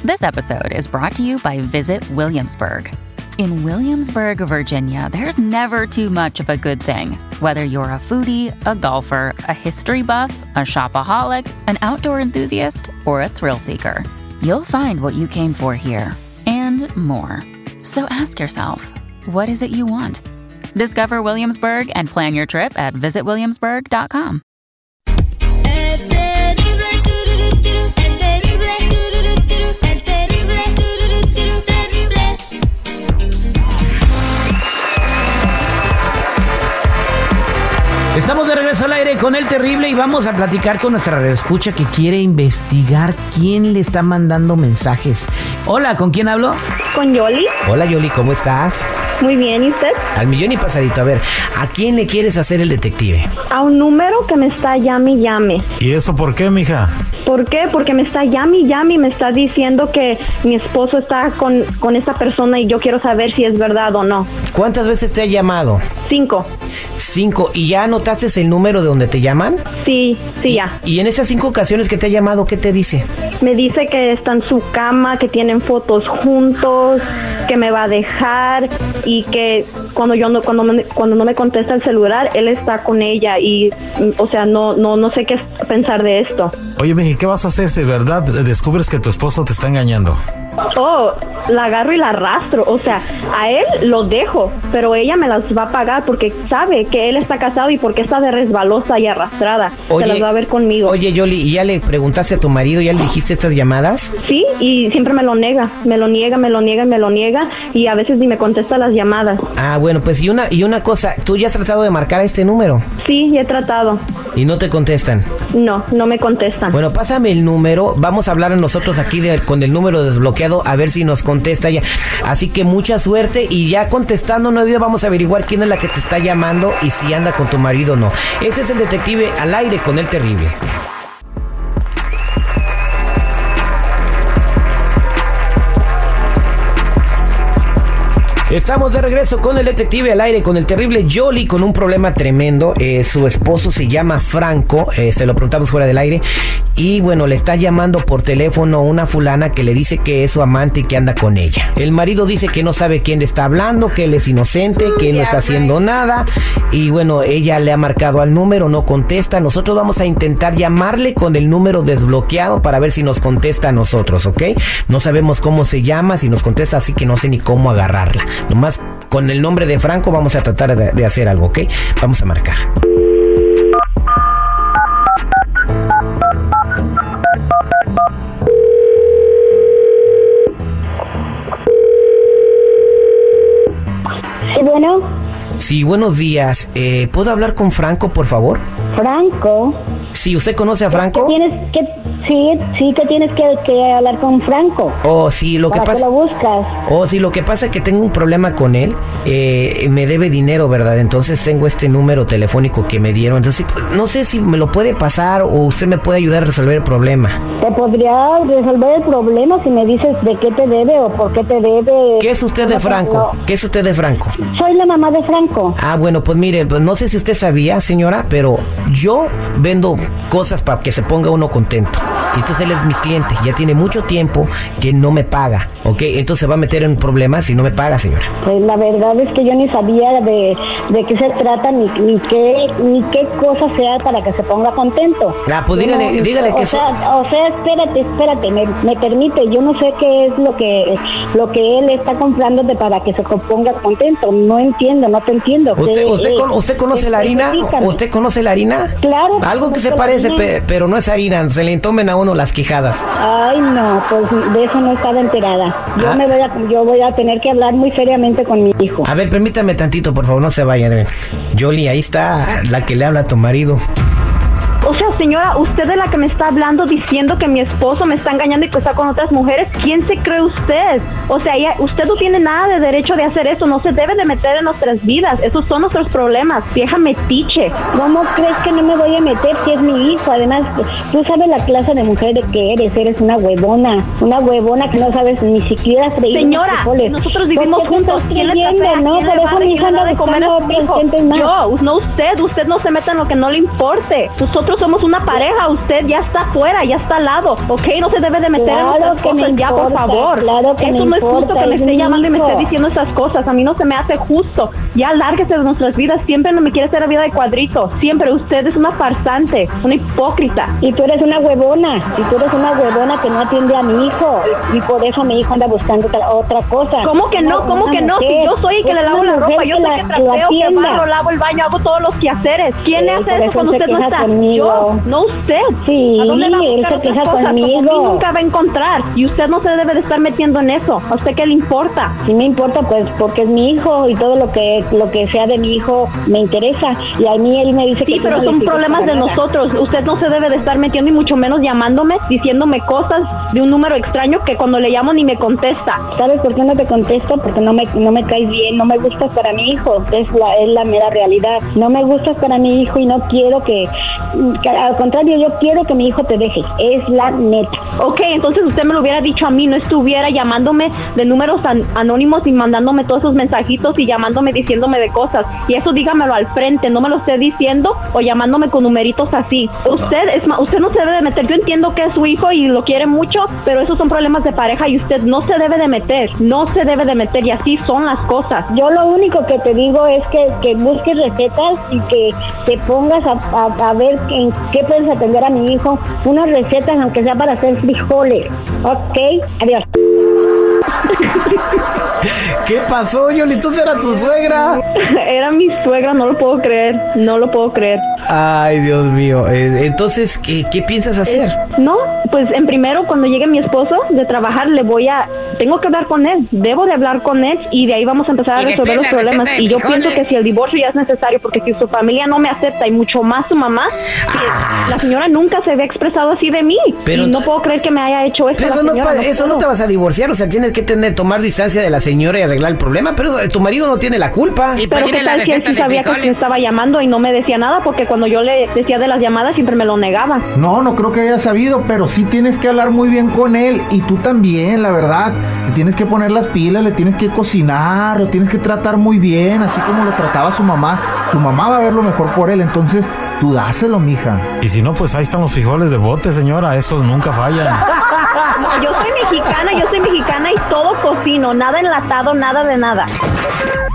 This episode is brought to you by Visit Williamsburg. In Williamsburg, Virginia, there's never too much of a good thing. Whether you're a foodie, a golfer, a history buff, a shopaholic, an outdoor enthusiast, or a thrill seeker, you'll find what you came for here and more. So ask yourself, what is it you want? Discover Williamsburg and plan your trip at visitwilliamsburg.com. Estamos de regreso al aire con El Terrible y vamos a platicar con nuestra radioescucha que quiere investigar quién le está mandando mensajes. Hola, ¿con quién hablo? Con Yoli. Hola Yoli, ¿cómo estás? Muy bien, ¿y usted? Al millón y pasadito. A ver, ¿a quién le quieres hacer el detective? A un número que me está llame y llame. ¿Y eso por qué, mija? ¿Por qué? Porque me está llame y llame y me está diciendo que mi esposo está con esta persona y yo quiero saber si es verdad o no. ¿Cuántas veces te ha llamado? 5. 5. ¿Y ya anotaste el número de donde te llaman? Sí, ya. ¿Y en esas 5 ocasiones que te ha llamado, qué te dice? Me dice que está en su cama, que tienen fotos juntos, que me va a dejar y que cuando no me contesta el celular, él está con ella y, o sea, no sé qué pensar de esto. Oye, mija, ¿qué vas a hacer si de verdad descubres que tu esposo te está engañando? La agarro y la arrastro, o sea, a él lo dejo, pero ella me las va a pagar porque sabe que él está casado y porque está de resbalosa y arrastrada. Oye, se las va a ver conmigo. Oye, Yoli, ¿y ya le preguntaste a tu marido, ya le dijiste estas llamadas? Sí, y siempre me lo niega y a veces ni me contesta las llamadas. Ah, bueno, pues y una cosa, ¿tú ya has tratado de marcar a este número? Sí, ya he tratado. ¿Y no te contestan? No me contestan. Bueno, pásame el número, vamos a hablar nosotros aquí con el número desbloqueado a ver si nos contesta ya. Así que mucha suerte y ya contestándonos vamos a averiguar quién es la que te está llamando y si anda con tu marido o no. Este es el detective al aire con El Terrible. Estamos de regreso con el detective al aire con El Terrible. Yoli con un problema tremendo. Su esposo se llama Franco, se lo preguntamos fuera del aire. Y bueno, le está llamando por teléfono una fulana que le dice que es su amante y que anda con ella. El marido dice que no sabe quién le está hablando, que él es inocente, que él no está haciendo nada. Y bueno, ella le ha marcado al número, no contesta. Nosotros vamos a intentar llamarle con el número desbloqueado para ver si nos contesta a nosotros, ¿ok? No sabemos cómo se llama, si nos contesta, así que no sé ni cómo agarrarla. Nomás con el nombre de Franco vamos a tratar de hacer algo, ¿ok? Vamos a marcar. Sí, bueno. Sí, buenos días. ¿Puedo hablar con Franco, por favor? ¿Franco? Sí, ¿usted conoce a Franco? Sí, que tienes que hablar con Franco. Oh, sí, lo que pasa... ¿Para qué lo buscas? Oh, sí, lo que pasa es que tengo un problema con él. Me debe dinero, ¿verdad? Entonces tengo este número telefónico que me dieron. Entonces, pues, no sé si me lo puede pasar o usted me puede ayudar a resolver el problema. Te podría resolver el problema si me dices de qué te debe o por qué te debe. ¿Qué es usted de Franco? ¿Qué es usted de Franco? Soy la mamá de Franco. Ah, bueno, pues mire, pues no sé si usted sabía, señora, pero yo vendo cosas para que se ponga uno contento. Y entonces él es mi cliente, ya tiene mucho tiempo que no me paga, ¿ok? Entonces se va a meter en problemas si no me paga, señora. Pues la verdad es que yo ni sabía de qué se trata ni qué cosa sea para que se ponga contento. Ah, pues dígale que... O sea, espérate, me permite, yo no sé qué es lo que él está comprándote para que se ponga contento. No entiendo, no te entiendo. ¿Usted conoce la harina? ¿Usted conoce la harina? Claro. Algo que se parece, pero no es harina, se le entomen a uno las quijadas. Ay, no, pues de eso no estaba enterada. Yo voy a tener que hablar muy seriamente con mi hijo. A ver, permítame tantito, por favor, no se vaya. Yoli, ahí está la que le habla a tu marido. O sea, señora, usted es la que me está hablando diciendo que mi esposo me está engañando y que está con otras mujeres. ¿Quién se cree usted? O sea, usted no tiene nada de derecho de hacer eso. No se debe de meter en nuestras vidas. Esos son nuestros problemas. Vieja metiche. ¿Cómo crees que no me voy a meter si es mi hijo? Además, tú sabes la clase de mujer que eres. Eres una huevona. Una huevona que no sabes ni siquiera freír. Señora, nosotros vivimos juntos. ¿Quién le está no? Por eso mi hija no de comer a su hijo. Yo, no usted. Usted no se meta en lo que no le importe. Nosotros somos una pareja, usted ya está afuera, ya está al lado, ¿ok? No se debe de meter en nuestras cosas ya, por favor. Claro que eso no es justo que me esté llamando y me esté diciendo esas cosas. A mí no se me hace justo. Ya lárguese de nuestras vidas. Siempre no me quiere hacer la vida de cuadrito. Siempre. Usted es una farsante, una hipócrita. Y tú eres una huevona. Y tú eres una huevona que no atiende a mi hijo. Y por eso mi hijo anda buscando otra cosa. ¿Cómo que no? ¿Cómo que no? Si yo soy el que le lavo la ropa, yo soy el que trapeo, que barro, lavo el baño, hago todos los quehaceres. ¿Quién le hace eso cuando usted no está? Conmigo. Yo, no usted. Sí, ¿a dónde va a él buscar se otras queja cosas? conmigo. Como a mí nunca va a encontrar. Y usted no se debe de estar metiendo en eso. ¿A usted qué le importa? Sí me importa, pues, porque es mi hijo y todo lo que sea de mi hijo me interesa. Y a mí él me dice que... Sí, pero son problemas de nosotros. Usted no se debe de estar metiendo y mucho menos llamándome, diciéndome cosas de un número extraño que cuando le llamo ni me contesta. ¿Sabes por qué no te contesto? Porque no me caes bien, no me gustas para mi hijo. Es la mera realidad. No me gustas para mi hijo y no quiero que al contrario, yo quiero que mi hijo te deje. Es la neta. Ok, entonces usted me lo hubiera dicho a mí, no estuviera llamándome de números anónimos y mandándome todos esos mensajitos y llamándome diciéndome de cosas. Y eso dígamelo al frente, no me lo esté diciendo o llamándome con numeritos así. Usted no se debe de meter. Yo entiendo que es su hijo y lo quiere mucho, pero esos son problemas de pareja y usted no se debe de meter. No se debe de meter y así son las cosas. Yo lo único que te digo es que busques recetas y que te pongas a ver en qué puedes atender a mi hijo. Unas recetas, aunque sea para hacer frijoles. Ok, adiós. ¿Qué pasó, Yoli? ¿Tú eras tu suegra? Era mi suegra, no lo puedo creer. No lo puedo creer. Ay, Dios mío. Entonces, ¿qué piensas hacer? No, pues en primero, cuando llegue mi esposo de trabajar, tengo que hablar con él. Debo de hablar con él y de ahí vamos a empezar a resolver los problemas. Y yo pienso que si el divorcio ya es necesario, porque si su familia no me acepta y mucho más su mamá, la señora nunca se había expresado así de mí. Pero, y no puedo creer que me haya hecho eso. Pero eso no te vas a divorciar, o sea, tienes que tomar distancia de la señora y arreglar el problema, pero tu marido no tiene la culpa. Pero qué tal si él sí sabía que me estaba llamando y no me decía nada, porque cuando yo le decía de las llamadas siempre me lo negaba. No creo que haya sabido, pero sí tienes que hablar muy bien con él, y tú también, la verdad. Le tienes que poner las pilas, le tienes que cocinar, lo tienes que tratar muy bien, así como lo trataba su mamá. Su mamá va a ver lo mejor por él, entonces tú dáselo, mija. Y si no, pues ahí están los frijoles de bote, señora, esos nunca fallan. No, yo soy mexicana y todo cocino, nada enlatado, nada de nada.